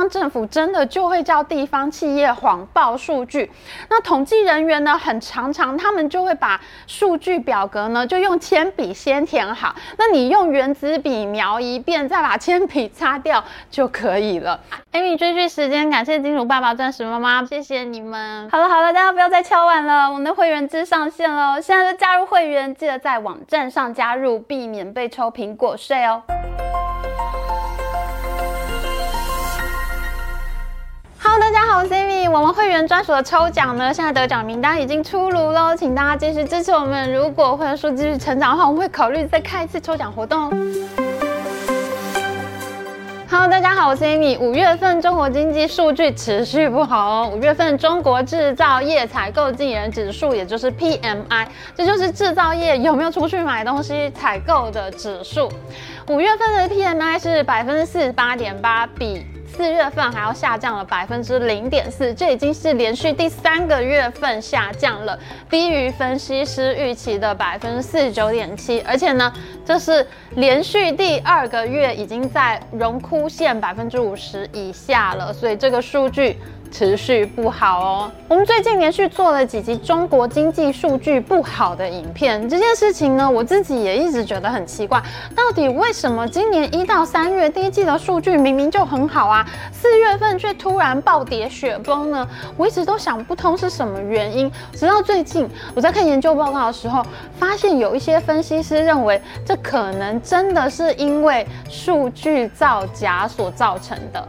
方政府真的就会叫地方企业谎报数据。那统计人员呢，很常他们就会把数据表格呢，就用铅笔先填好，那你用原子笔描一遍，再把铅笔擦掉就可以了。Amy 追剧时间，感谢金主爸爸、钻石妈妈，谢谢你们。好了，大家不要再敲碗了，我们的会员制上线了，现在就加入会员，记得在网站上加入，避免被抽苹果税哦。Hello， 大家好，我是 Amy。我们会员专属的抽奖呢，现在得奖名单已经出炉喽，请大家继续支持我们。如果会员数继续成长的话，我们会考虑再开一次抽奖活动哦。Hello， 大家好，我是 Amy。5月份中国经济数据持续不好哦。5月份中国制造业采购经理人指数，也就是 PMI， 这就是制造业有没有出去买东西采购的指数。5月份的 PMI 是 48.8， 比4月份还要下降了 0.4%， 这已经是连续第3个月份下降了，低于分析师预期的 49.7%， 而且呢，这是连续第2个月已经在荣枯线 50% 以下了，所以这个数据持续不好哦。我们最近连续做了几集中国经济数据不好的影片，这件事情呢，我自己也一直觉得很奇怪，到底为什么今年1到3月第一季的数据明明就很好啊，4月份却突然暴跌雪崩呢？我一直都想不通是什么原因，直到最近我在看研究报告的时候，发现有一些分析师认为，这可能真的是因为数据造假所造成的。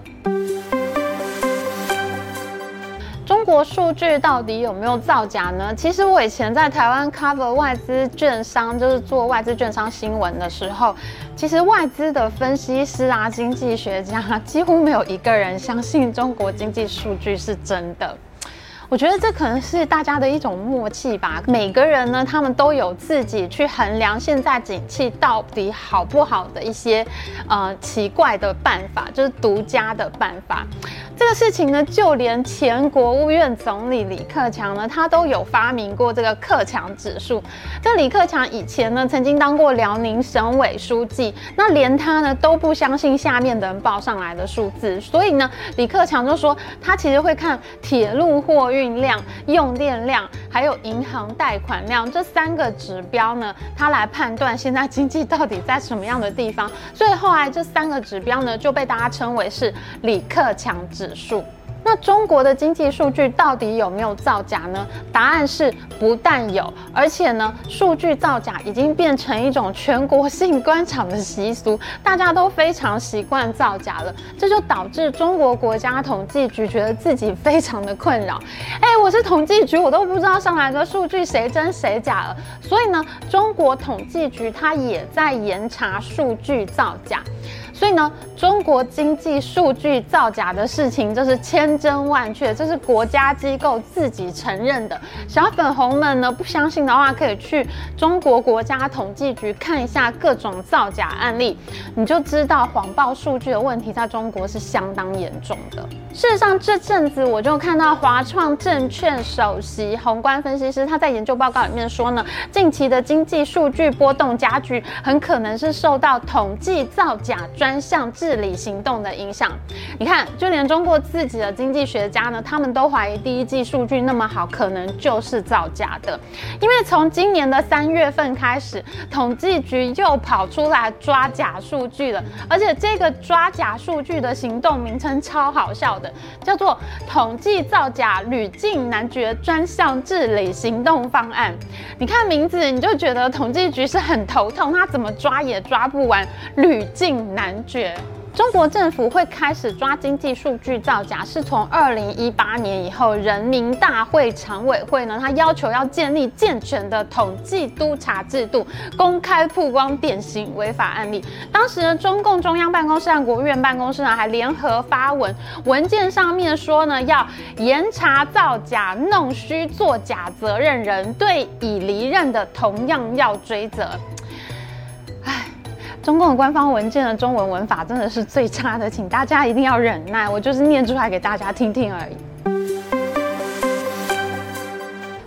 中国数据到底有没有造假呢？其实我以前在台湾 cover 外资券商，就是做外资券商新闻的时候，其实外资的分析师啊、经济学家几乎没有一个人相信中国经济数据是真的。我觉得这可能是大家的一种默契吧。每个人呢，他们都有自己去衡量现在景气到底好不好的一些奇怪的办法，就是独家的办法。这个事情呢，就连前国务院总理李克强呢，他都有发明过这个克强指数。这李克强以前呢，曾经当过辽宁省委书记，那连他呢都不相信下面的人报上来的数字，所以呢，李克强就说他其实会看铁路货运量、用电量，还有银行贷款量这3个指标呢，他来判断现在经济到底在什么样的地方。所以后来这3个指标呢，就被大家称为是李克强指数。那中国的经济数据到底有没有造假呢？答案是不但有，而且呢，数据造假已经变成一种全国性官场的习俗，大家都非常习惯造假了，这就导致中国国家统计局觉得自己非常的困扰。我是统计局，我都不知道上来的数据谁真谁假了，所以呢，中国统计局它也在严查数据造假。所以呢，中国经济数据造假的事情就是千真万确，这是国家机构自己承认的。小粉红们呢，不相信的话，可以去中国国家统计局看一下各种造假案例，你就知道谎报数据的问题在中国是相当严重的。事实上，这阵子我就看到华创证券首席宏观分析师他在研究报告里面说呢，近期的经济数据波动加剧，很可能是受到统计造假专项治理行动的影响。你看，就连中国自己的经济学家呢，他们都怀疑第一季数据那么好，可能就是造假的。因为从今年的3月份开始，统计局又跑出来抓假数据了，而且这个抓假数据的行动名称超好笑的，叫做统计造假屡禁难决专项治理行动方案。你看名字你就觉得统计局是很头痛，他怎么抓也抓不完，屡禁难决。中国政府会开始抓经济数据造假，是从2018年以后，人民大会常委会呢，他要求要建立健全的统计督察制度，公开曝光典型违法案例。当时呢，中共中央办公室和国务院办公室呢，还联合发文，文件上面说呢，要严查造假、弄虚作假责任人，对已离任的同样要追责。中共的官方文件的中文文法真的是最差的，请大家一定要忍耐，我就是念出来给大家听听而已。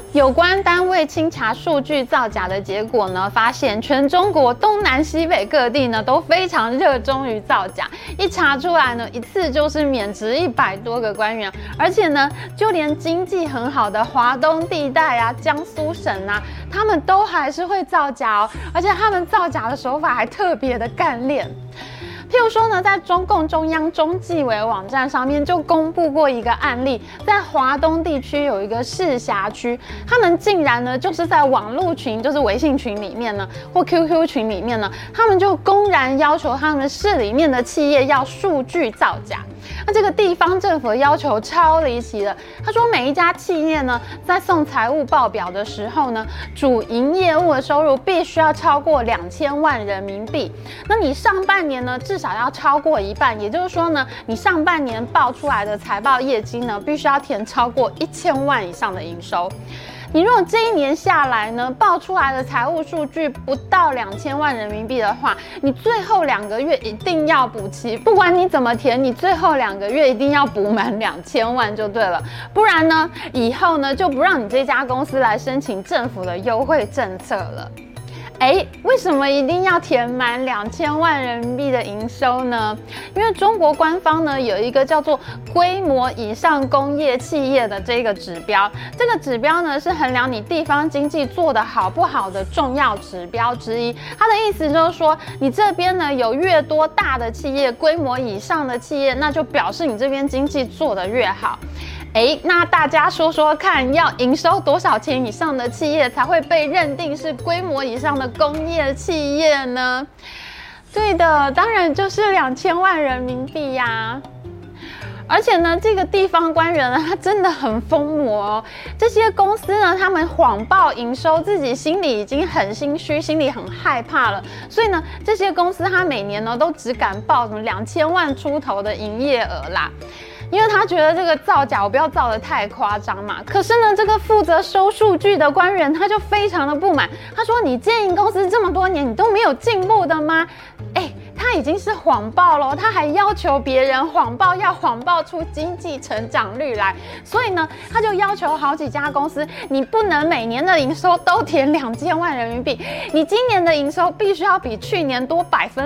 有关单位清查数据造假的结果呢，发现全中国东南西北各地呢都非常热衷于造假，一查出来呢，一次就是免职100多个官员，而且呢，就连经济很好的华东地带啊、江苏省啊，他们都还是会造假哦，而且他们造假的手法还特别的干练。譬如说呢，在中共中央中纪委网站上面就公布过一个案例，在华东地区有一个市辖区，他们竟然呢就是在网络群，就是微信群里面呢，或 QQ 群里面呢，他们就公然要求他们市里面的企业要数据造假。那这个地方政府的要求超离奇的，他说每一家企业呢，在送财务报表的时候呢，主营业务的收入必须要超过2000万人民币。那你上半年呢，至少要超过一半，也就是说呢，你上半年报出来的财报业绩呢，必须要填超过1000万以上的营收。你如果这一年下来呢，报出来的财务数据不到2000万人民币的话，你最后2个月一定要补齐，不管你怎么填，你最后2个月一定要补满2000万就对了，不然呢，以后呢就不让你这家公司来申请政府的优惠政策了。为什么一定要填满2000万人民币的营收呢？因为中国官方呢有一个叫做规模以上工业企业的这个指标，这个指标呢是衡量你地方经济做得好不好的重要指标之一。它的意思就是说，你这边呢有越多大的企业，规模以上的企业，那就表示你这边经济做得越好。那大家说说看，要营收多少钱以上的企业才会被认定是规模以上的工业企业呢？对的，当然就是2000万人民币呀。而且呢，这个地方官员呢，他真的很疯魔哦。这些公司呢，他们谎报营收，自己心里已经很心虚，心里很害怕了。所以呢，这些公司他每年呢都只敢报什么2000万出头的营业额啦。因为他觉得这个造假我不要造得太夸张嘛。可是呢，这个负责收数据的官员他就非常的不满，他说：“你经营公司这么多年，你都没有进步的吗？”他已经是谎报了，他还要求别人谎报，要谎报出经济成长率来。所以呢，他就要求好几家公司，你不能每年的营收都填2000万人民币，你今年的营收必须要比去年多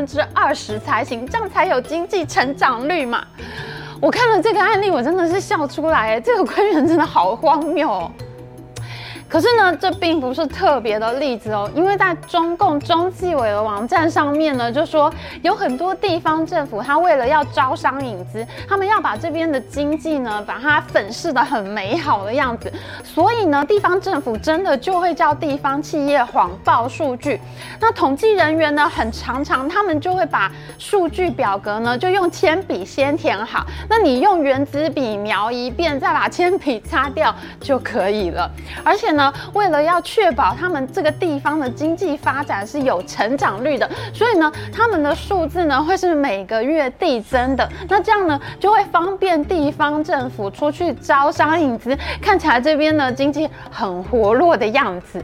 20%才行，这样才有经济成长率嘛。我看了这个案例，我真的是笑出来，这个官员真的好荒谬哦。可是呢，这并不是特别的例子哦，因为在中共中纪委的网站上面呢，就说有很多地方政府，他为了要招商引资，他们要把这边的经济呢，把它粉饰得很美好的样子，所以呢，地方政府真的就会叫地方企业谎报数据。那统计人员呢，很常他们就会把数据表格呢，就用铅笔先填好，那你用原子笔描一遍，再把铅笔擦掉就可以了。而且呢，为了要确保他们这个地方的经济发展是有成长率的，所以呢，他们的数字呢会是每个月递增的。那这样呢，就会方便地方政府出去招商引资，看起来这边呢经济很活络的样子。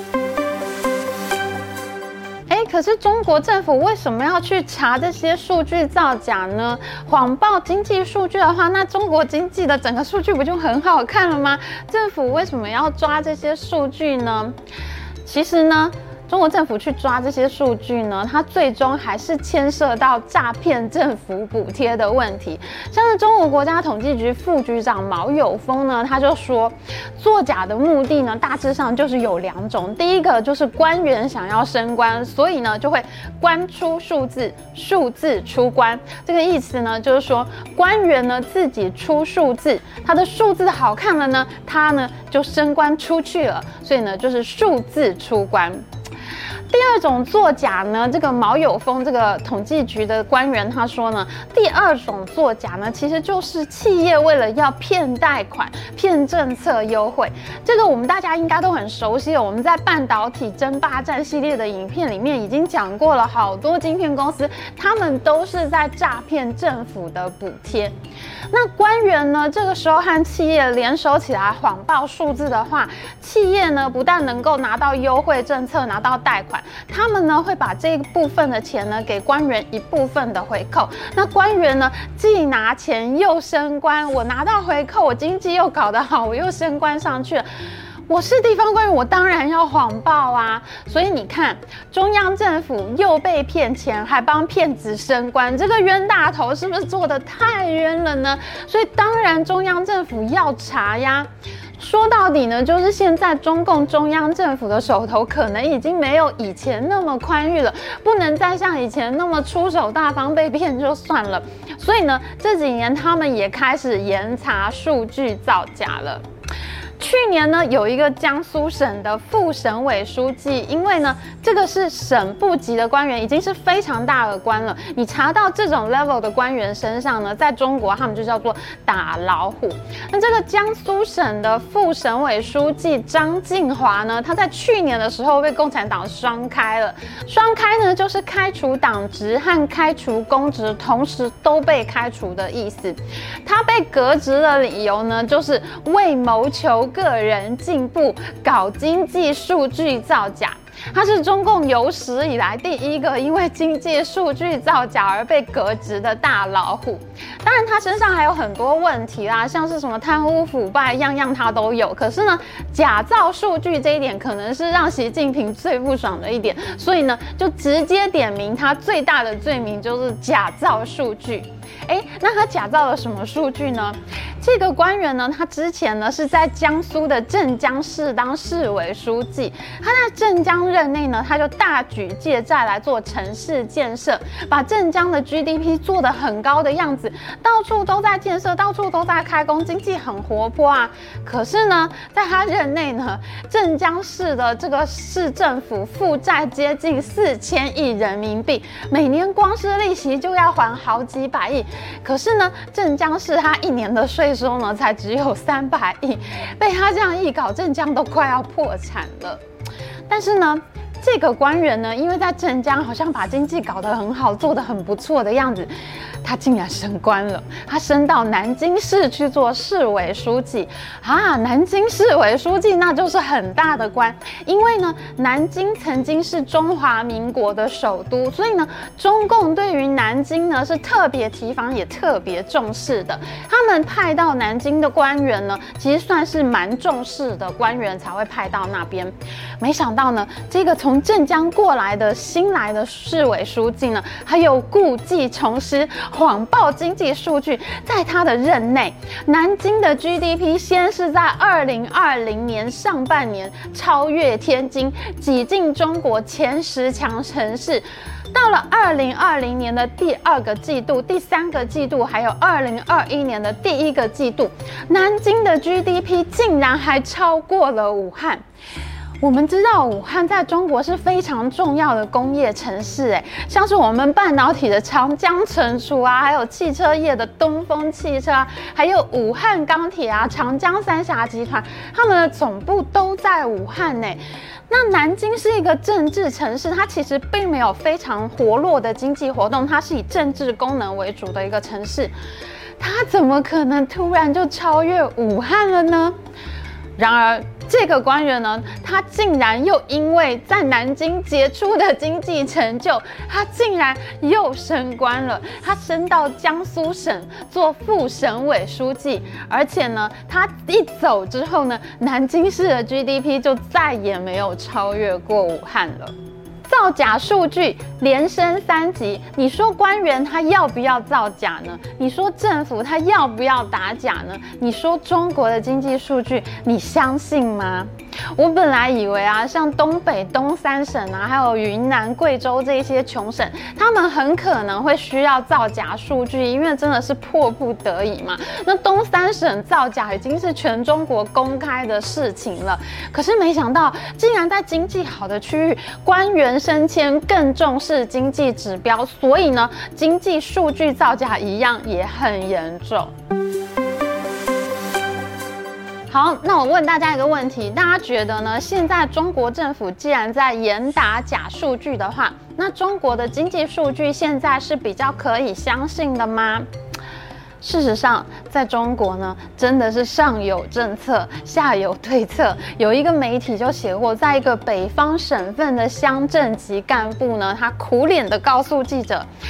可是中国政府为什么要去查这些数据造假呢？谎报经济数据的话，那中国经济的整个数据不就很好看了吗？政府为什么要抓这些数据呢？其实呢，中国政府去抓这些数据呢，它最终还是牵涉到诈骗政府补贴的问题。像是中国国家统计局副局长毛有峰呢，他就说，作假的目的呢，大致上就是有2种。第一个就是官员想要升官，所以呢就会官出数字，数字出官。这个意思呢，就是说官员呢自己出数字，他的数字好看了呢，他呢就升官出去了，所以呢就是数字出官。第二种作假呢，这个毛有峰这个统计局的官员他说呢，第二种作假呢，其实就是企业为了要骗贷款、骗政策优惠。这个我们大家应该都很熟悉了，我们在半导体争霸战系列的影片里面已经讲过了，好多晶片公司他们都是在诈骗政府的补贴。那官员呢，这个时候和企业联手起来谎报数字的话，企业呢不但能够拿到优惠政策、拿到贷款，他们呢会把这一部分的钱呢给官员一部分的回扣。那官员呢既拿钱又升官，我拿到回扣，我经济又搞得好，我又升官上去了。 我是地方官员，我当然要谎报啊！所以你看，中央政府又被骗钱，还帮骗子升官，这个冤大头是不是做得太冤了呢？所以当然中央政府要查呀。说到底呢，就是现在中共中央政府的手头可能已经没有以前那么宽裕了，不能再像以前那么出手大方，被骗就算了。所以呢，这几年他们也开始严查数据造假了。去年呢，有一个江苏省的副省委书记，因为呢，这个是省部级的官员，已经是非常大的官了。你查到这种 level 的官员身上呢，在中国他们就叫做打老虎。那这个江苏省的副省委书记张晋华呢，他在去年的时候被共产党双开了。双开呢，就是开除党职和开除公职同时都被开除的意思。他被革职的理由呢，就是为谋求个人进步，搞经济数据造假。他是中共有史以来第一个因为经济数据造假而被革职的大老虎。当然，他身上还有很多问题啦，像是什么贪污腐败，样样他都有。可是呢，假造数据这一点可能是让习近平最不爽的一点，所以呢，就直接点名他最大的罪名就是假造数据。那他假造了什么数据呢？这个官员呢，他之前呢是在江苏的镇江市当市委书记。他在镇江任内呢，他就大举借债来做城市建设，把镇江的 GDP 做得很高的样子，到处都在建设，到处都在开工，经济很活泼啊。可是呢，在他任内呢，镇江市的这个市政府负债接近4000亿人民币，每年光是利息就要还好几百亿。可是呢，镇江市它一年的税收呢才只有300亿，被他这样一搞，镇江都快要破产了。但是呢，这个官员呢，因为在镇江好像把经济搞得很好，做得很不错的样子，他竟然升官了。他升到南京市去做市委书记啊！南京市委书记那就是很大的官，因为呢，南京曾经是中华民国的首都，所以呢，中共对于南京呢是特别提防也特别重视的。他们派到南京的官员呢，其实算是蛮重视的官员才会派到那边。没想到呢，这个从镇江过来的新来的市委书记呢，还有故技重施，谎报经济数据。在他的任内，南京的 GDP 先是在2020年上半年超越天津，挤进中国前10强城市。到了2020年的第2个季度、第3个季度，还有2021年的第1个季度，南京的 GDP 竟然还超过了武汉。我们知道武汉在中国是非常重要的工业城市，像是我们半导体的长江存储啊，还有汽车业的东风汽车啊，还有武汉钢铁啊、长江三峡集团，他们的总部都在武汉呢。那南京是一个政治城市，它其实并没有非常活络的经济活动，它是以政治功能为主的一个城市，它怎么可能突然就超越武汉了呢？然而，这个官员呢，他竟然又因为在南京杰出的经济成就，他竟然又升官了。他升到江苏省做副省委书记，而且呢，他一走之后呢，南京市的 GDP 就再也没有超越过武汉了。造假数据连升3级，你说官员他要不要造假呢？你说政府他要不要打假呢？你说中国的经济数据，你相信吗？我本来以为啊，像东北、东3省啊，还有云南、贵州这些穷省，他们很可能会需要造假数据，因为真的是迫不得已嘛。那东3省造假已经是全中国公开的事情了，可是没想到，竟然在经济好的区域，官员升迁更重视经济指标，所以呢，经济数据造假一样也很严重。好，那我问大家一个问题，大家觉得呢？现在中国政府既然在严打假数据的话，那中国的经济数据现在是比较可以相信的吗？事实上，在中国呢，真的是上有政策，下有对策。有一个媒体就写过，在一个北方省份的乡镇级干部呢，他苦脸地告诉记者，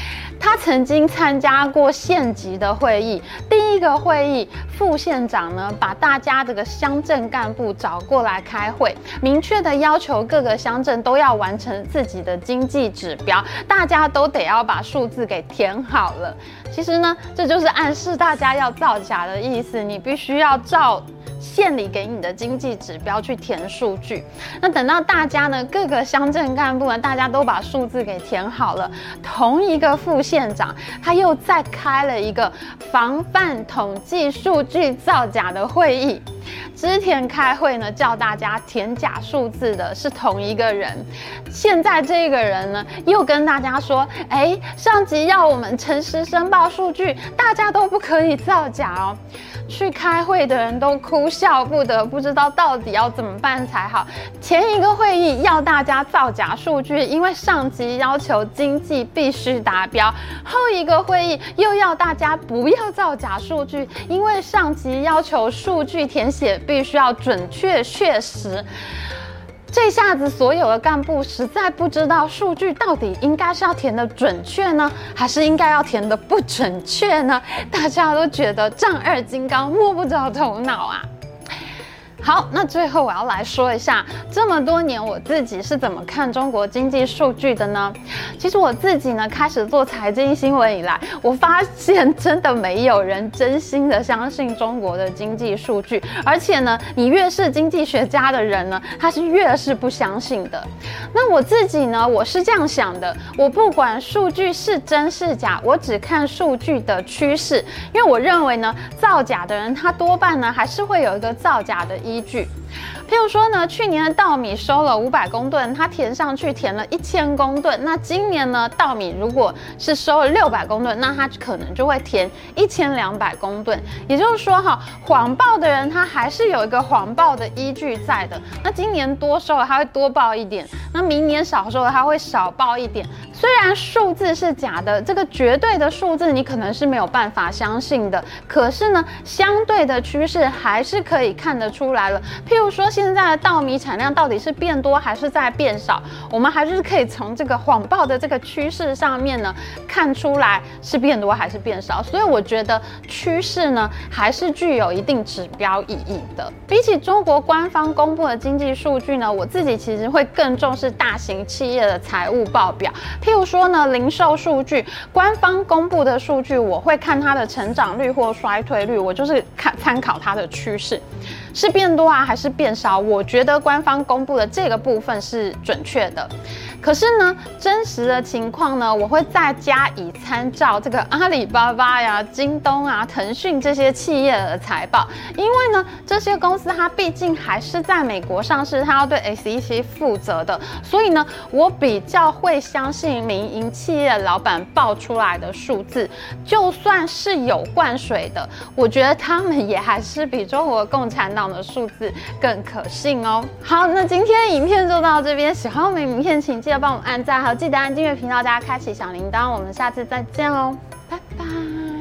他曾经参加过县级的会议，第一个会议，副县长呢把大家这个乡镇干部找过来开会，明确的要求各个乡镇都要完成自己的经济指标，大家都得要把数字给填好了。其实呢，这就是暗示大家要造假的意思，你必须要照县里给你的经济指标去填数据。那等到大家呢，各个乡镇干部呢，大家都把数字给填好了，同一个副县长他又再开了一个防范统计数据造假的会议。之前开会呢，叫大家填假数字的是同一个人，现在这个人呢，又跟大家说，上级要我们诚实申报数据，大家都不可以造假哦。去开会的人都哭笑不得，不知道到底要怎么办才好。前一个会议要大家造假数据，因为上级要求经济必须达标；后一个会议又要大家不要造假数据，因为上级要求数据填写必须要准确确实。这下子所有的干部实在不知道数据到底应该是要填的准确呢，还是应该要填的不准确呢？大家都觉得丈二金刚摸不着头脑啊。好，那最后我要来说一下，这么多年我自己是怎么看中国经济数据的呢？其实我自己呢，开始做财经新闻以来，我发现真的没有人真心的相信中国的经济数据，而且呢，你越是经济学家的人呢，他是越是不相信的。那我自己呢，我是这样想的，我不管数据是真是假，我只看数据的趋势，因为我认为呢，造假的人他多半呢还是会有一个造假的依据。譬如说呢，去年的稻米收了500公吨，它填上去填了1000公吨。那今年呢，稻米如果是收了600公吨，那它可能就会填1200公吨。也就是说谎报的人他还是有一个谎报的依据在的。那今年多收了，他会多报一点；那明年少收了，他会少报一点。虽然数字是假的，这个绝对的数字你可能是没有办法相信的，可是呢，相对的趋势还是可以看得出来了。譬如说，现在的稻米产量到底是变多还是在变少，我们还是可以从这个谎报的这个趋势上面呢看出来是变多还是变少。所以我觉得趋势呢还是具有一定指标意义的。比起中国官方公布的经济数据呢，我自己其实会更重视大型企业的财务报表。譬如说呢，零售数据，官方公布的数据，我会看它的成长率或衰退率，我就是参考它的趋势，是变多还是变少。我觉得官方公布的这个部分是准确的。可是呢，真实的情况呢，我会再加以参照这个阿里巴巴呀、京东啊、腾讯这些企业的财报，因为呢，这些公司它毕竟还是在美国上市，它要对 SEC 负责的，所以呢，我比较会相信民营企业老板报出来的数字，就算是有灌水的，我觉得他们也还是比中国共产党的数字更可信哦。好，那今天的影片就到这边，喜欢我们影片请记得帮我们按赞，还有记得按订阅频道，大家开启小铃铛，我们下次再见哦，拜拜。